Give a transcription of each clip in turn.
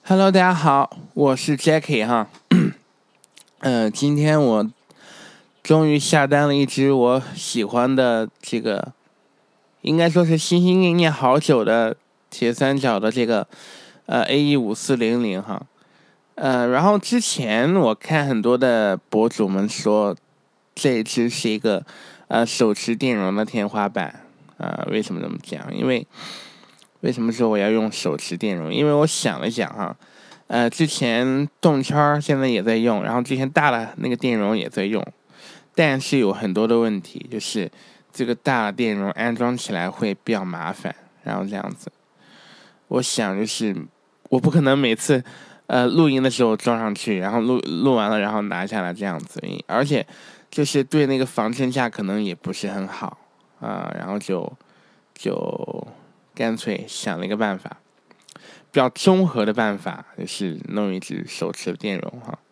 Hello，大家好，我是 Jackie 哈。今天我终于下单了一只我喜欢的这个，应该说是心心念念好久的铁三角的这个AE5400哈。然后之前我看很多的博主们说，这一只是一个手持电容的天花板为什么这么讲？为什么说我要用手持电容？因为我想了想哈。之前动圈现在也在用，然后之前大的那个电容也在用，但是有很多的问题，就是这个大的电容安装起来会比较麻烦，然后这样子，我想就是我不可能每次录音的时候装上去，然后录完了然后拿下来这样子，而且就是对那个防震架可能也不是很好然后就干脆想了一个办法。比较综合的办法就是弄一只手持的电容哈，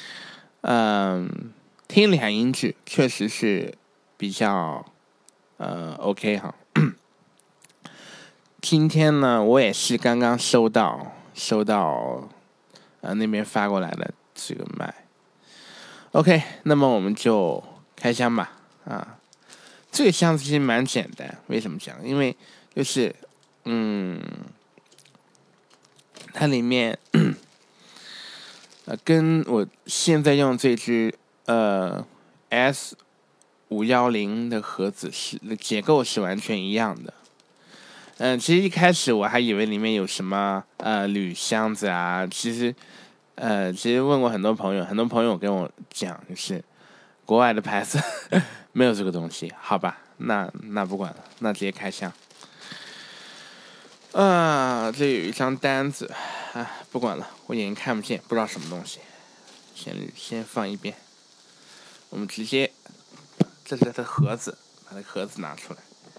听两音质确实是比较OK 哈。今天呢，我也是刚刚收到那边发过来的这个麦 ，OK， 那么我们就开箱吧这个箱子其实蛮简单，为什么讲？因为就是它里面跟我现在用这只S510的盒子结构是完全一样的。其实一开始我还以为里面有什么铝箱子啊，其实问过很多朋友，很多朋友跟我讲，就是国外的牌子没有这个东西，好吧？那不管了，那直接开箱。这有一张单子不管了，我眼睛看不见，不知道什么东西，先放一边。我们直接，这是它的盒子，把那盒子拿出来。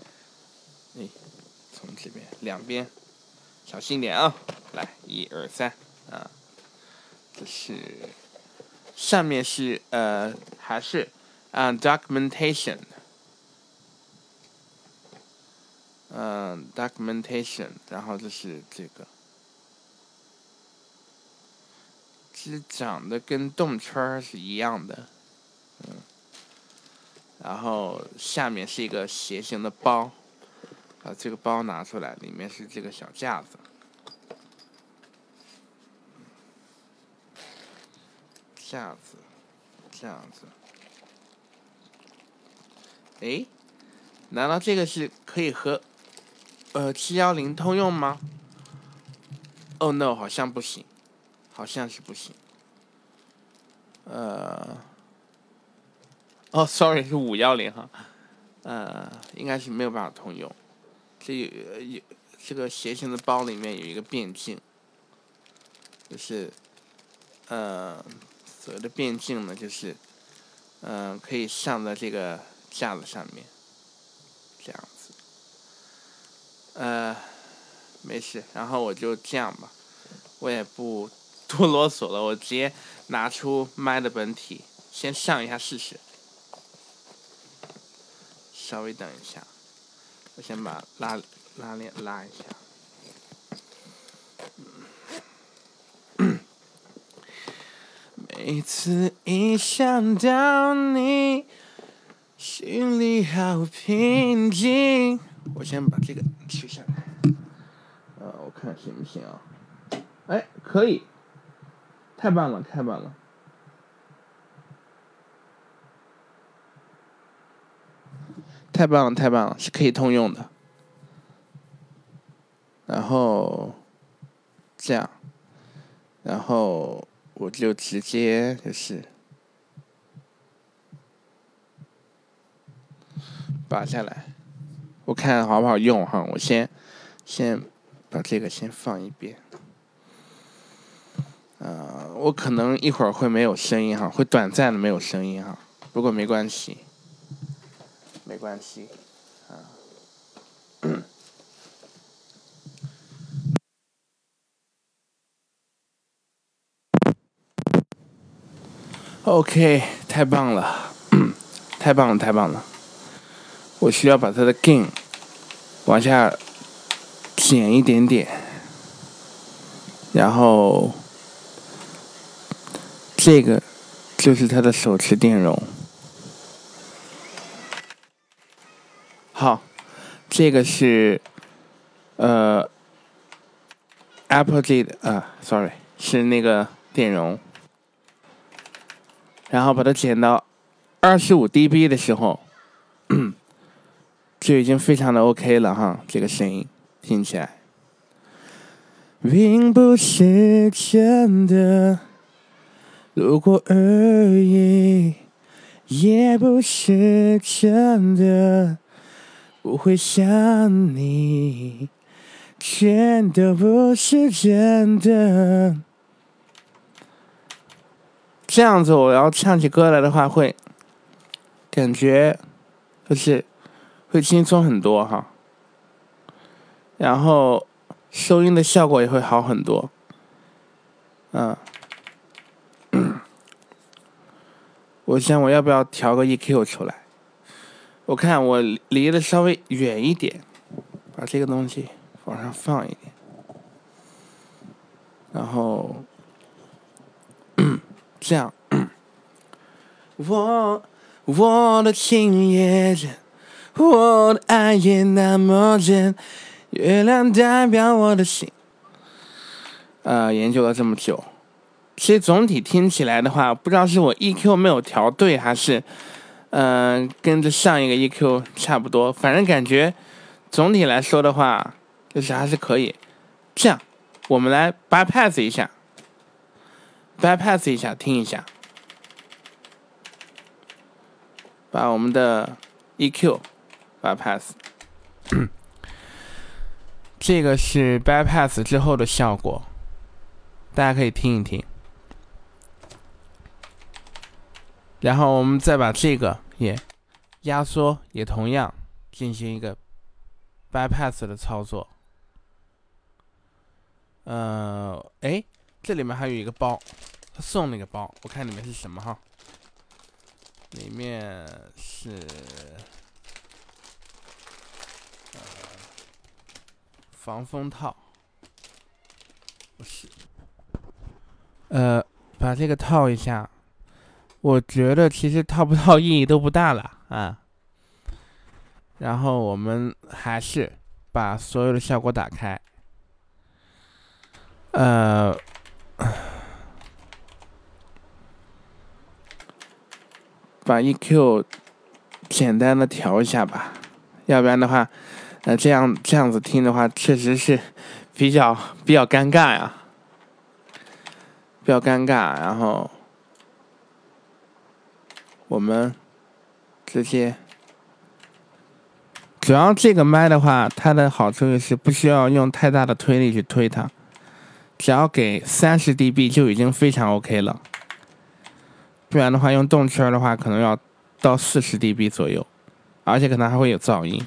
从这边两边，小心点啊！来，1、2、3这是上面是还是documentation。documentation， 然后这是这个，其实长得跟动圈是一样的，然后下面是一个斜形的包，把这个包拿出来，里面是这个小架子，这样子，难道这个是可以和710通用吗？Oh no， 好像不行，好像是不行。sorry， 是510哈，应该是没有办法通用。这个斜形的包里面有一个变径，就是所谓的变径呢，就是可以上在这个架子上面，这样子。没事，然后我就这样吧，我也不多啰嗦了，我直接拿出麦的本体，先上一下试试。稍微等一下，我先把拉链拉一下。每次一想到你，心里好平静。我先把这个取下来。我看行不行啊？可以，太棒了，太棒了。太棒了，太棒了，是可以通用的。然后这样，然后我就直接就是拔下来，我看好不好用哈。我先把这个先放一边。我可能一会儿会没有声音哈，会短暂的没有声音哈，不过没关系，没关系OK， 太棒了，太棒了，太棒了！我需要把它的 gain 往下减一点点。 然后这个就是它的手持电容。好，这个是Apple G 的sorry 是那个电容。然后把它剪到25 dB 的时候，就已经非常的 OK 了哈，这个声音听起来。并不是真的，路过而已，也不是真的，不会想你，全都不是真的。这样子我要唱起歌来的话，会感觉就是会轻松很多哈，然后收音的效果也会好很多。我想我要不要调个 EQ 出来？我看我离得稍微远一点，把这个东西往上放一点，然后这样。我的情也真，我的爱也那么真，月亮代表我的心。研究了这么久，其实总体听起来的话，不知道是我 EQ 没有调对，还是跟着上一个 EQ 差不多，反正感觉总体来说的话，就是还是可以。这样，我们来 bypass 一下听一下，把我们的 EQ bypass 这个是 bypass 之后的效果，大家可以听一听。然后我们再把这个也压缩，也同样进行一个 bypass 的操作。这里面还有一个包，他送那个包，我看里面是什么哈？里面是防风套，不是，把这个套一下，我觉得其实套不套意义都不大了啊。然后我们还是把所有的效果打开，把 EQ 简单的调一下吧，要不然的话，这样子听的话，确实是比较尴尬呀，比较尴尬。然后我们直接，主要这个麦的话，它的好处就是不需要用太大的推力去推它，只要给30 dB 就已经非常 OK 了。不然的话，用动圈的话，可能要到40 dB 左右，而且可能还会有噪音。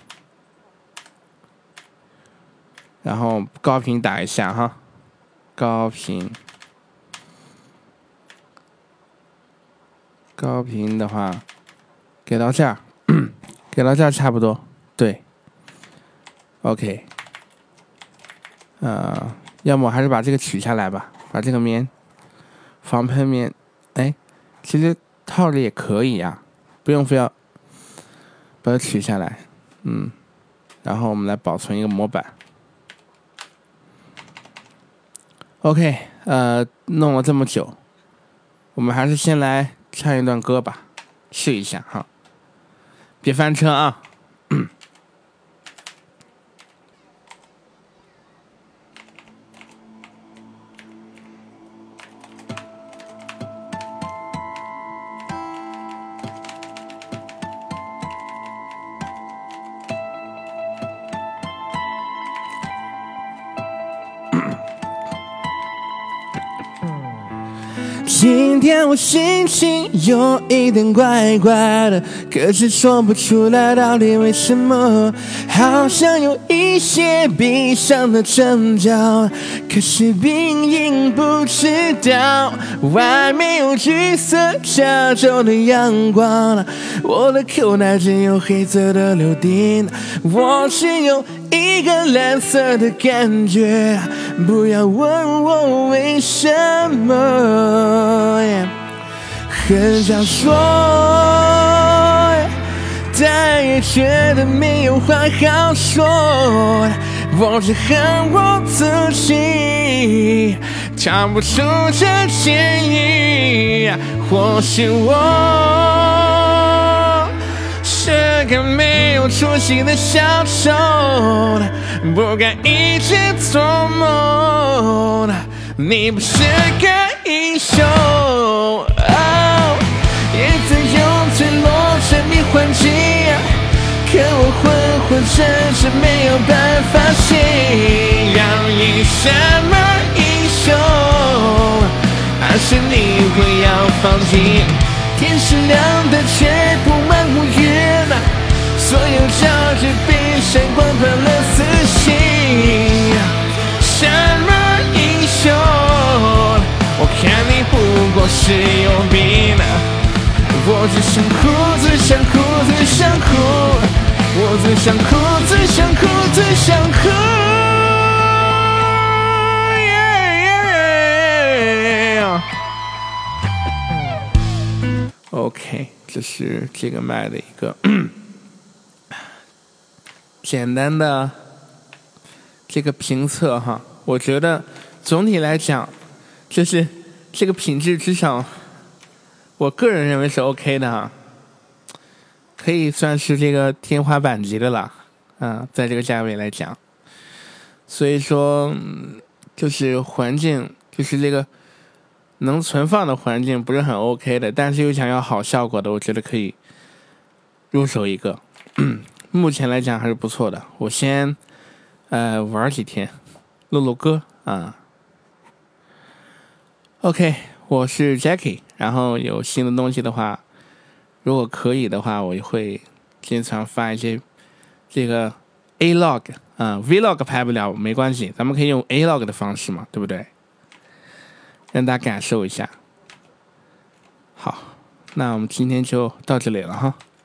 然后高频打一下哈，高频的话，给到这儿，给到这儿差不多，对 ，OK。要么还是把这个取下来吧，把这个棉防喷棉，其实套着也可以呀，不用非要把它取下来。然后我们来保存一个模板。OK， 弄了这么久，我们还是先来唱一段歌吧，试一下哈，别翻车啊。今天我心情有一点怪怪的，可是说不出来到底为什么，好像有一些闭上的针脚，可是并隐不知道，外面有橘色加州的阳光，我的口袋只有黑色的柳丁，我只有一个蓝色的感觉，不要问我为什么，很想说，但也觉得没有话好说，我只恨我自己找不出这建议，或许我是个没有出息的小丑，不该一直做梦，你不是个英雄。也曾用坠落证明环境，可我昏昏沉沉没有办法信仰一什么英雄，还是你会要放弃？天是亮的却布满乌云，所有朝日被闪光断了自信。什么英雄？我看你不过是有病，我只想哭，只想哭，只想哭，我只想哭，只想哭，只想哭。OK， 这是这个麦的一个简单的这个评测哈。我觉得总体来讲，就是这个品质至少我个人认为是 OK 的哈，可以算是这个天花板级的了，在这个价位来讲。所以说，就是环境，就是这个能存放的环境不是很 OK 的，但是又想要好效果的，我觉得可以入手一个。目前来讲还是不错的，我先玩几天，录歌啊。OK， 我是 Jackie， 然后有新的东西的话，如果可以的话，我也会经常发一些这个 A-log Vlog 拍不了没关系，咱们可以用 A-log 的方式嘛，对不对？让大家感受一下。好，那我们今天就到这里了哈。